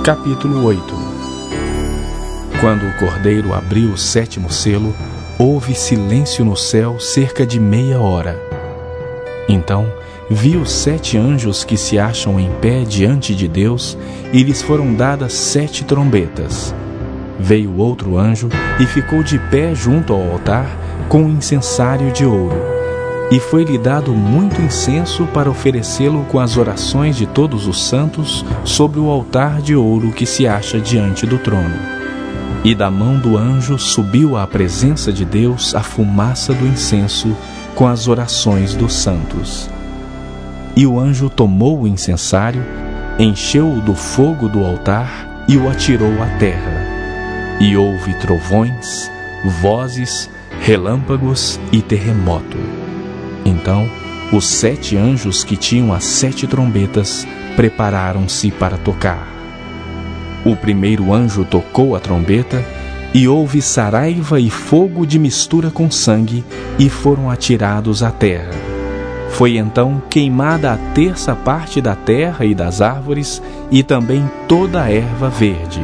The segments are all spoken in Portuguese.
Capítulo 8. Quando o Cordeiro abriu o 7º selo, houve silêncio no céu cerca de meia hora. Então vi os 7 anjos que se acham em pé diante de Deus, e lhes foram dadas 7 trombetas. Veio outro anjo e ficou de pé junto ao altar com um incensário de ouro. E foi-lhe dado muito incenso para oferecê-lo com as orações de todos os santos sobre o altar de ouro que se acha diante do trono. E da mão do anjo subiu à presença de Deus a fumaça do incenso com as orações dos santos. E o anjo tomou o incensário, encheu-o do fogo do altar e o atirou à terra. E houve trovões, vozes, relâmpagos e terremoto. Então, os 7 anjos que tinham as 7 trombetas prepararam-se para tocar. O primeiro anjo tocou a trombeta, e houve saraiva e fogo de mistura com sangue, e foram atirados à terra. Foi então queimada a 1/3 parte da terra e das árvores, e também toda a erva verde.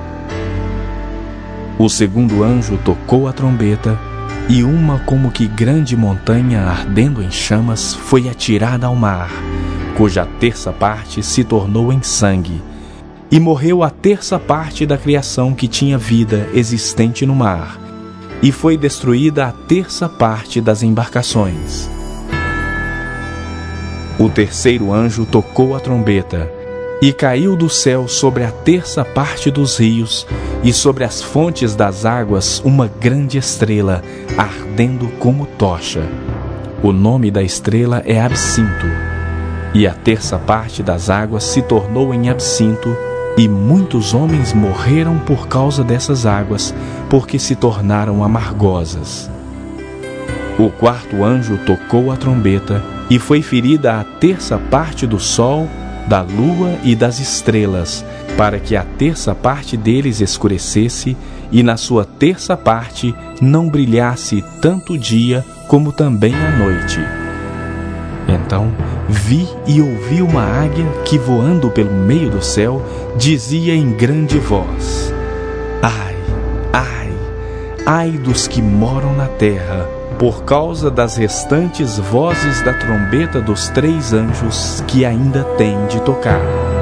O segundo anjo tocou a trombeta, e uma como que grande montanha ardendo em chamas foi atirada ao mar, cuja 1/3 parte se tornou em sangue, e morreu a 1/3 parte da criação que tinha vida existente no mar, e foi destruída a 1/3 parte das embarcações. O terceiro anjo tocou a trombeta, e caiu do céu sobre a 1/3 parte dos rios e sobre as fontes das águas uma grande estrela, ardendo como tocha. O nome da estrela é Absinto. E a 1/3 parte das águas se tornou em absinto, e muitos homens morreram por causa dessas águas, porque se tornaram amargosas. O quarto anjo tocou a trombeta, e foi ferida a 1/3 parte do sol, da lua e das estrelas, para que a 1/3 parte deles escurecesse, e na sua 1/3 parte não brilhasse tanto o dia como também a noite. Então vi e ouvi uma águia que, voando pelo meio do céu, dizia em grande voz: Ai, ai, ai dos que moram na terra, por causa das restantes vozes da trombeta dos 3 anjos que ainda têm de tocar.